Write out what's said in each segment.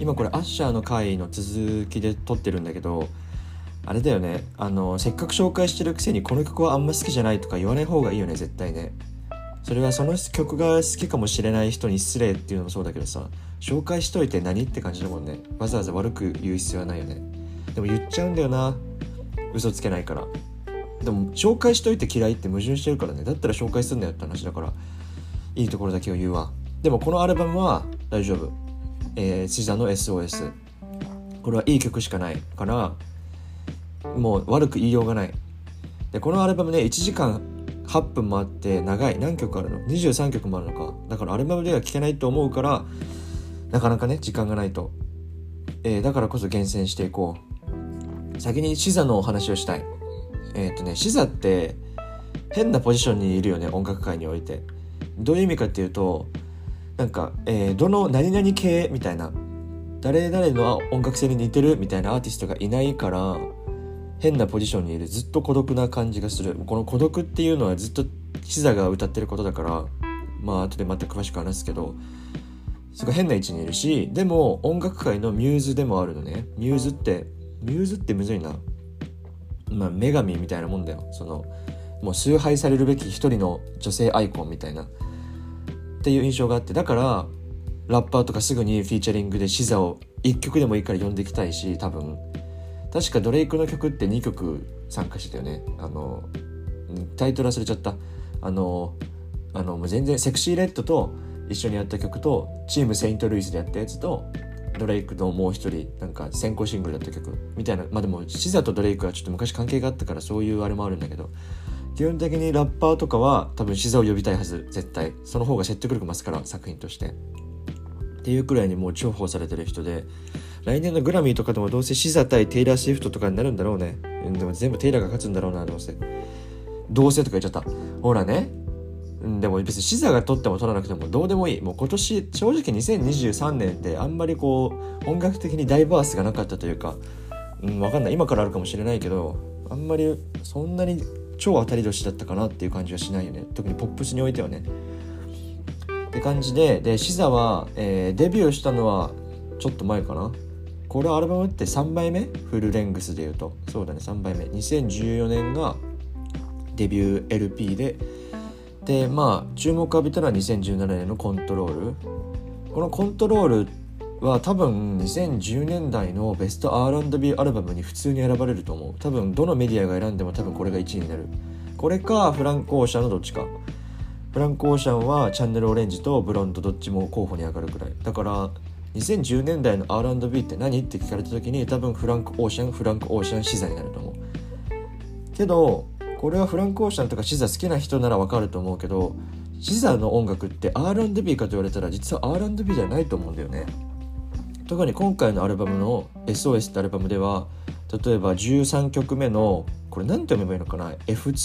今これアッシャーの回の続きで撮ってるんだけど、あれだよね、せっかく紹介してるくせにこの曲はあんま好きじゃないとか言わない方がいいよね、絶対ね。それはその曲が好きかもしれない人に失礼っていうのもそうだけどさ、紹介しといて何って感じだもんね。わざわざ悪く言う必要はないよね。でも言っちゃうんだよな、嘘つけないから。でも紹介しといて嫌いって矛盾してるからね。だったら紹介すんなよって話だから、いいところだけを言うわ。でもこのアルバムは大丈夫。シザの SOS、 これはいい曲しかないからもう悪く言いようがない。でこのアルバムね、1時間8分もあって長い。何曲あるの？ 23 曲もあるのか。だからアルバムでは聴けないと思うから、なかなかね時間がないと、だからこそ厳選していこう。先にシザのお話をしたい。シザって変なポジションにいるよね、音楽界において。どういう意味かっていうと、なんか、どの何々系みたいな、誰々の音楽性に似てるみたいなアーティストがいないから変なポジションにいる。ずっと孤独な感じがする。この孤独っていうのはずっとシザが歌ってることだから、まあ後でまた詳しく話すけど、すごい変な位置にいるし、でも音楽界のミューズでもあるのね。ミューズってむずいな。まあ女神みたいなもんだよ。そのもう崇拝されるべき一人の女性アイコンみたいなっていう印象があって、だからラッパーとかすぐにフィーチャリングでシザを1曲でもいいから呼んでいきたいし、多分確かドレイクの曲って2曲参加してたよね。タイトル忘れちゃった。もう全然セクシーレッドと一緒にやった曲と、チームセイントルイスでやったやつと、ドレイクのもう一人なんか先行シングルだった曲みたいな。まあでもシザとドレイクはちょっと昔関係があったからそういうあれもあるんだけど、基本的にラッパーとかは多分シザを呼びたいはず。絶対その方が説得力増すから、作品としてっていうくらいにもう重宝されてる人で、来年のグラミーとかでもどうせシザ対テイラー・スウィフトとかになるんだろうね。でも全部テイラーが勝つんだろうな、どうせとか言っちゃった。ほらね。でも別にシザが取っても取らなくてもどうでもいい。もう今年正直2023年ってあんまりこう音楽的にダイバースがなかったというか、わかんない、今からあるかもしれないけど、あんまりそんなに超当たり年だったかなっていう感じはしないよね。特にポップスにおいてはねって感じで、シザは、デビューしたのはちょっと前かな。これアルバムって3枚目、フルレングスでいうとそうだね、3枚目。2014年がデビュー LP で、まあ注目を浴びたのは2017年のコントロール。このコントロールは多分2010年代のベスト R&B アルバムに普通に選ばれると思う。多分どのメディアが選んでも多分これが1位になる。これかフランク・オーシャンのどっちか。フランク・オーシャンはチャンネルオレンジとブロンドどっちも候補に上がるくらいだから、2010年代の R&B って何って聞かれた時に多分フランク・オーシャンシザになると思うけど、これはフランク・オーシャンとかシザ好きな人ならわかると思うけど、シザの音楽って R&B かと言われたら実は R&B じゃないと思うんだよね。特に今回のアルバムの SOS ってアルバムでは、例えば13曲目のこれ何て読めばいいのかな、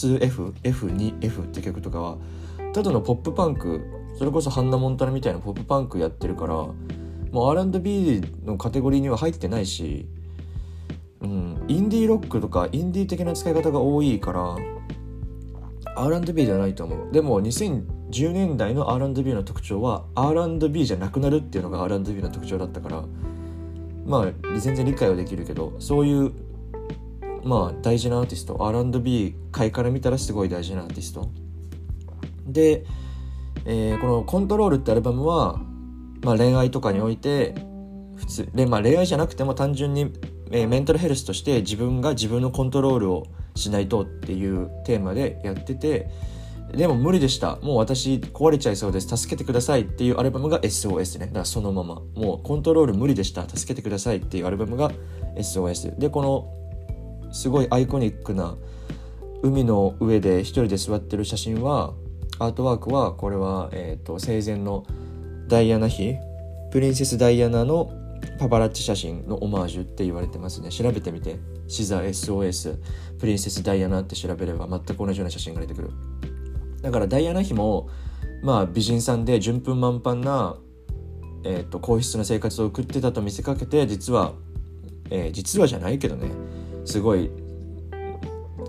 F2F、F2F って曲とかはただのポップパンク、それこそハンナ・モンタナみたいなポップパンクやってるから、もう R&B のカテゴリーには入ってないし、インディーロックとかインディー的な使い方が多いから R&B じゃないと思う。でも2010年代の R&B の特徴は R&B じゃなくなるっていうのが R&B の特徴だったから、まあ全然理解はできるけど、そういうまあ大事なアーティスト、 R&B 界から見たらすごい大事なアーティストで、このコントロールってアルバムは、まあ、恋愛とかにおいて普通で、まあ、恋愛じゃなくても単純に、メンタルヘルスとして自分が自分のコントロールをしないとっていうテーマでやってて、でも無理でした、もう私壊れちゃいそうです、助けてくださいっていうアルバムが SOS ね。だからそのままもうコントロール無理でした、助けてくださいっていうアルバムが SOS で、このすごいアイコニックな海の上で一人で座ってる写真は、アートワークはこれは、生前のダイアナ妃、プリンセスダイアナのパパラッチ写真のオマージュって言われてますね。調べてみて、シザ SOS プリンセスダイアナって調べれば全く同じような写真が出てくる。だからダイアナ妃もまあ美人さんで順風満帆な、皇室の生活を送ってたと見せかけて、実はじゃないけどね、すごい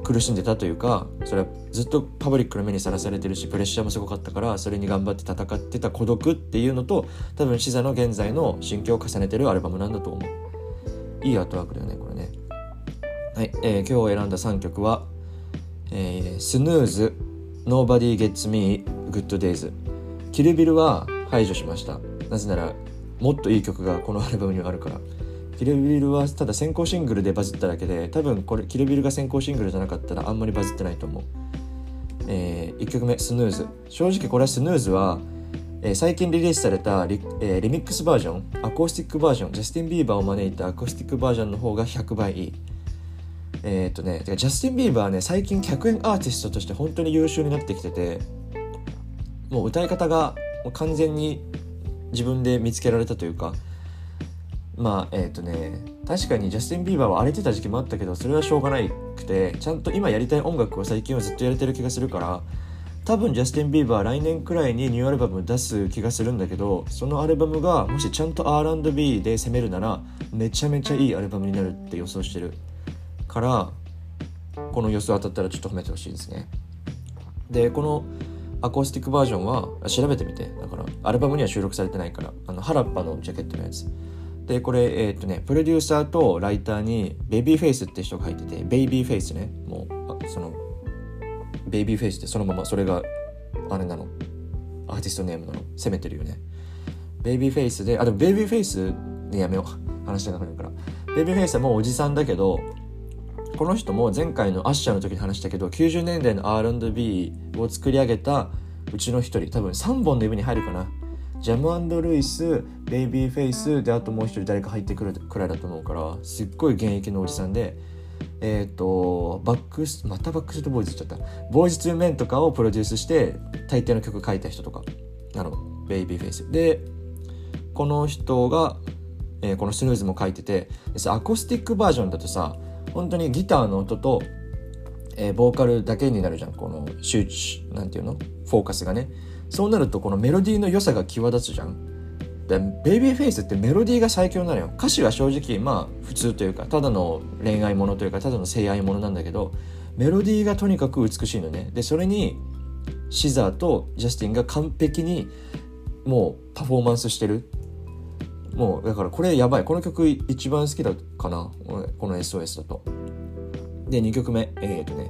苦しんでたというか、それはずっとパブリックの目にさらされてるしプレッシャーもすごかったから、それに頑張って戦ってた孤独っていうのと、多分シザの現在の心境を重ねてるアルバムなんだと思う。いいアートワークだよねこれね。はい、今日選んだ3曲は、スヌーズ、Nobody Gets Me、Good Days。キルビルは排除しました。なぜならもっといい曲がこのアルバムにはあるから。キルビルはただ先行シングルでバズっただけで、多分これキルビルが先行シングルじゃなかったらあんまりバズってないと思う。1曲目スヌーズ。正直これはスヌーズは、最近リリースされたリミックスバージョン、アコースティックバージョン、ジャスティン・ビーバーを招いたアコースティックバージョンの方が100倍いい。てかジャスティン・ビーバーね、最近客演アーティストとして本当に優秀になってきてて、もう歌い方がもう完全に自分で見つけられたというか、確かにジャスティン・ビーバーは荒れてた時期もあったけど、それはしょうがなくて、ちゃんと今やりたい音楽を最近はずっとやれてる気がするから、多分ジャスティン・ビーバーは来年くらいにニューアルバム出す気がするんだけど、そのアルバムがもしちゃんと R&B で攻めるならめちゃめちゃいいアルバムになるって予想してるから、この予想当たったらちょっと褒めてほしいですね。でこのアコースティックバージョンは調べてみて、だからアルバムには収録されてないから、原っぱのジャケットのやつで、これプロデューサーとライターにベイビーフェイスって人が入ってて、ベイビーフェイスね、もうそのベイビーフェイスってそのままそれがあれなの、アーティストネームなの、攻めてるよね。ベイビーフェイスで、でもベイビーフェイスね、やめよう話がかかるから。ベイビーフェイスはもうおじさんだけど、この人も前回のアッシャーの時に話したけど、90年代の R&B を作り上げたうちの一人、多分3本の指に入るかな。ジャム&ルイス、ベイビーフェイスで、あともう一人誰か入ってくるくらいだと思うから、すっごい現役のおじさんで、またバックストリートボーイズ言っちゃった。ボーイズ2メンとかをプロデュースして大抵の曲書いた人とかなの、ベイビーフェイスで、この人が、このスヌーズも書いてて、アコースティックバージョンだとさ、本当にギターの音と、ボーカルだけになるじゃん、このなんていうの、フォーカスがね。そうなるとこのメロディーの良さが際立つじゃん。でベイビーフェイスってメロディーが最強なのよ。歌詞は正直普通というか、ただの恋愛ものというか、ただの性愛ものなんだけど、メロディーがとにかく美しいのね。でそれにシザーとジャスティンが完璧にもうパフォーマンスしてる。もうだからこれやばい、この曲一番好きだかな、この SOS だと。で2曲目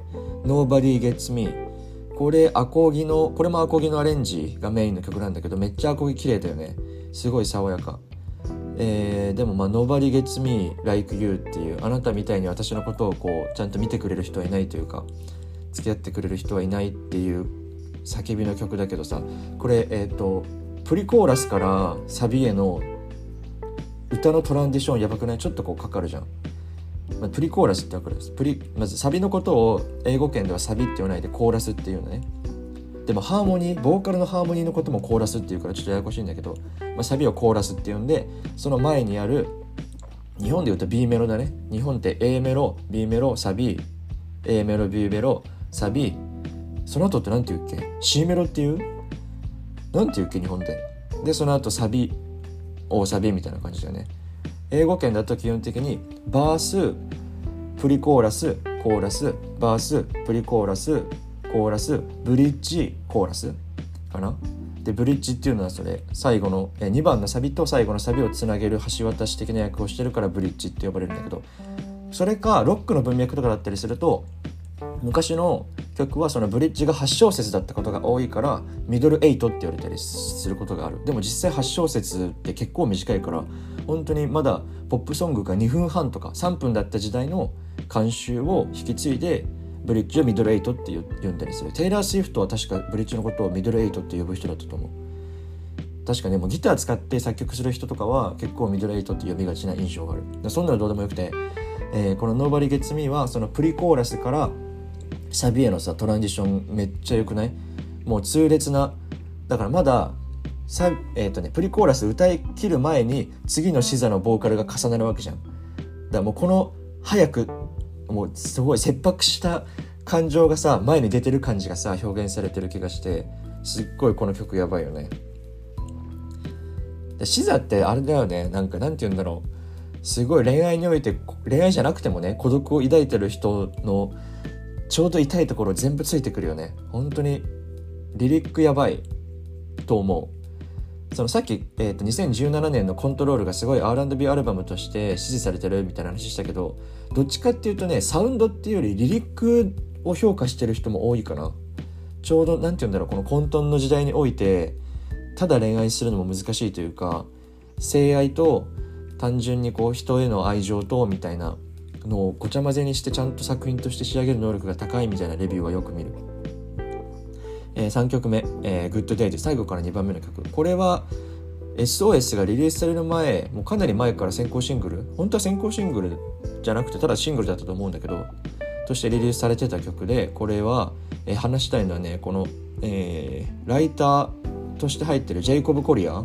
Nobody Gets Me。 これもアコギのアレンジがメインの曲なんだけど、めっちゃアコギ綺麗だよね。すごい爽やか。でもNobody Gets Me Like You っていう、あなたみたいに私のことをこうちゃんと見てくれる人はいないというか、付き合ってくれる人はいないっていう叫びの曲だけどさ、これプリコーラスからサビへの歌のトランジションやばくない？ちょっとこうかかるじゃん。プリコーラスってわかる？まずサビのことを英語圏ではサビって言わないでコーラスっていうのね。でもハーモニー、ボーカルのハーモニーのこともコーラスっていうからちょっとややこしいんだけど、サビをコーラスって呼んで、その前にある日本で言うと B メロだね。日本って A メロ B メロサビ A メロ B メロサビ、その後ってなんて言うっけ？ C メロっていうなんて言うっけ日本で。でその後サビ大サビみたいな感じだよね。英語圏だと基本的にバースプリコーラスコーラス、バースプリコーラスコーラスブリッジコーラスかな。でブリッジっていうのはそれ最後の2番のサビと最後のサビをつなげる橋渡し的な役をしてるからブリッジって呼ばれるんだけど、それかロックの文脈とかだったりすると、昔の曲はそのブリッジが8小節だったことが多いからミドル8って言われたりすることがある。でも実際8小節って結構短いから、本当にまだポップソングが2分半とか3分だった時代の慣習を引き継いでブリッジをミドル8って呼んだりする。テイラー・スウィフトは確かブリッジのことをミドル8って呼ぶ人だったと思う。確かね、もうギター使って作曲する人とかは結構ミドル8って呼びがちな印象がある。そんなのどうでもよくて、この Nobody Gets Me はそのプリコーラスからサビへのさトランジションめっちゃ良くない？もう痛烈な、だからまだプリコーラス歌い切る前に次のシザのボーカルが重なるわけじゃん。だからもうこの早くもうすごい切迫した感情がさ前に出てる感じがさ表現されてる気がして、すっごいこの曲やばいよね。でシザってあれだよね、なんて言うんだろう、すごい恋愛において、恋愛じゃなくてもね孤独を抱いてる人のちょうど痛いところ全部ついてくるよね。本当にリリックやばいと思う。そのさっき、2017年のコントロールがすごい R&B アルバムとして支持されてるみたいな話したけど、どっちかっていうとね、サウンドっていうよりリリックを評価してる人も多いかな。ちょうどなんて言うんだろう、この混沌の時代においてただ恋愛するのも難しいというか、性愛と単純にこう人への愛情とみたいなのをごちゃ混ぜにしてちゃんと作品として仕上げる能力が高いみたいなレビューはよく見る。3曲目、Good Day で最後から2番目の曲。これは SOS がリリースされる前、もうかなり前から先行シングル、本当は先行シングルじゃなくてただシングルだったと思うんだけど、としてリリースされてた曲で、これは、話したいのはね、この、ライターとして入ってるジェイコブ・コリア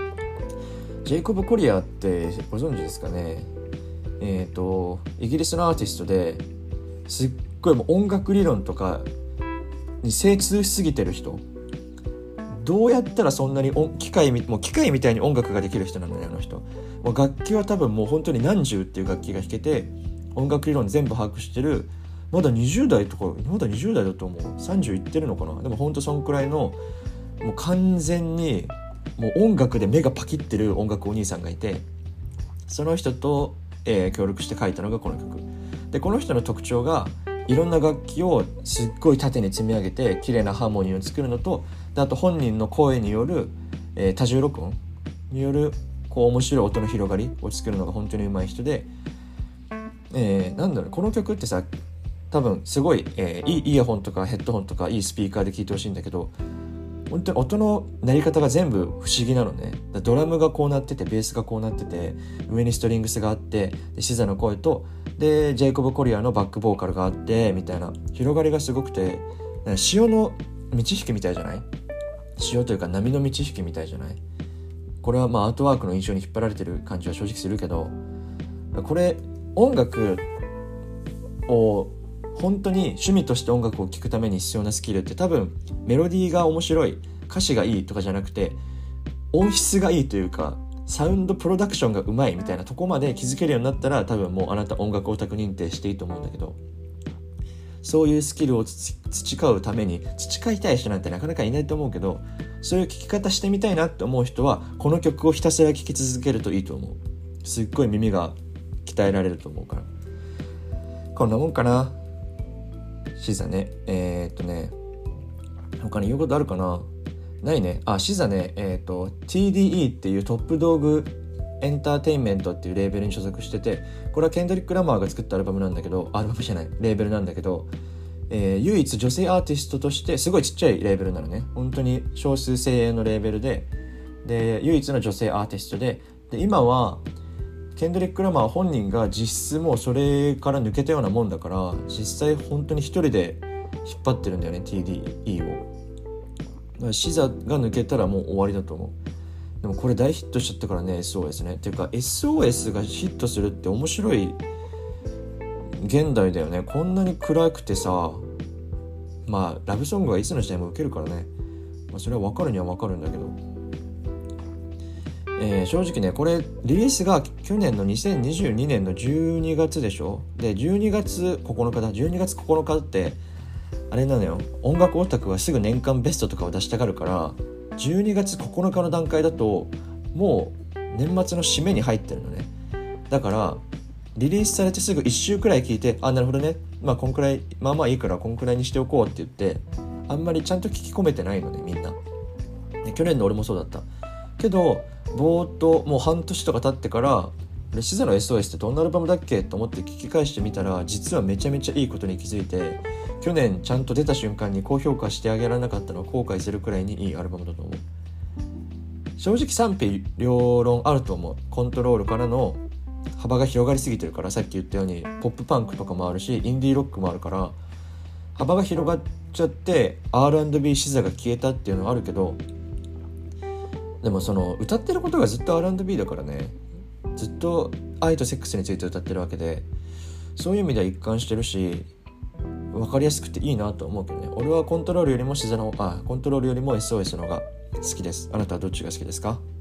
ってご存知ですかね。イギリスのアーティストですっごいもう音楽理論とかに精通しすぎてる人。どうやったらそんなに機械みたいに音楽ができる人なのね、あの人。もう楽器は多分もう本当に何十っていう楽器が弾けて、音楽理論全部把握してる。まだ20代だと思う。30いってるのかな。でも本当そんくらいの、もう完全にもう音楽で目がパキってる音楽お兄さんがいて、その人と、協力して書いたのがこの曲で、この人の特徴がいろんな楽器をすっごい縦に積み上げて綺麗なハーモニーを作るのと、であと本人の声による、多重録音によるこう面白い音の広がりを作るのが本当に上手い人で、なんだろう、この曲ってさ、多分すごい、いいイヤホンとかヘッドホンとかいいスピーカーで聴いてほしいんだけど、本当に音の鳴り方が全部不思議なのね。ドラムがこうなってて、ベースがこうなってて、上にストリングスがあって、でシザの声とでジェイコブ・コリアのバックボーカルがあってみたいな広がりがすごくて、潮の満ち引きみたいじゃない？潮というか波の満ち引きみたいじゃない？これはまあアートワークの印象に引っ張られてる感じは正直するけど、これ音楽を本当に趣味として音楽を聴くために必要なスキルって、多分メロディーが面白い、歌詞がいいとかじゃなくて、音質がいいというかサウンドプロダクションがうまいみたいなとこまで気づけるようになったら、多分もうあなた音楽オタク認定していいと思うんだけど、そういうスキルを培うために、培いたい人なんてなかなかいないと思うけど、そういう聴き方してみたいなって思う人はこの曲をひたすら聴き続けるといいと思う。すっごい耳が鍛えられると思うから。こんなもんかな。シザね。他に言うことあるかな。ないね。シザね、TDE っていうトップドッグエンターテインメントっていうレーベルに所属してて、これはケンドリック・ラマーが作ったレーベルなんだけど、レーベルなんだけど、唯一女性アーティストとしてすごいちっちゃいレーベルなのね。本当に少数精鋭のレーベルで、唯一の女性アーティストで、今はケンドリック・ラマー本人が実質もうそれから抜けたようなもんだから、実際本当に一人で引っ張ってるんだよね、 TDE を。シザが抜けたらもう終わりだと思う。でもこれ大ヒットしちゃったからね、 SOS ね。っていうか SOS がヒットするって面白い現代だよね。こんなに暗くてさ、まあラブソングはいつの時代も受けるからね、それは分かるには分かるんだけど、正直ね、これリリースが去年の2022年の12月でしょ。で12月9日ってあれなのよ、音楽オタクはすぐ年間ベストとかを出したがるから、12月9日の段階だともう年末の締めに入ってるのね。だからリリースされてすぐ1週くらい聞いて、なるほどね、こんくらいまあいいからこんくらいにしておこうって言って、あんまりちゃんと聞き込めてないのね、みんな。去年の俺もそうだったけど、ぼーっともう半年とか経ってから、シザの SOS ってどんなアルバムだっけと思って聞き返してみたら、実はめちゃめちゃいいことに気づいて、去年ちゃんと出た瞬間に高評価してあげられなかったのを後悔するくらいにいいアルバムだと思う。正直賛否両論あると思う。コントロールからの幅が広がりすぎてるから、さっき言ったようにポップパンクとかもあるしインディーロックもあるから、幅が広がっちゃって R&B シザが消えたっていうのはあるけど、でもその歌ってることがずっと R&B だからね。ずっと愛とセックスについて歌ってるわけで、そういう意味では一貫してるし、分かりやすくていいなと思うけどね。俺はコントロールよりもSOS の方が好きです。あなたはどっちが好きですか？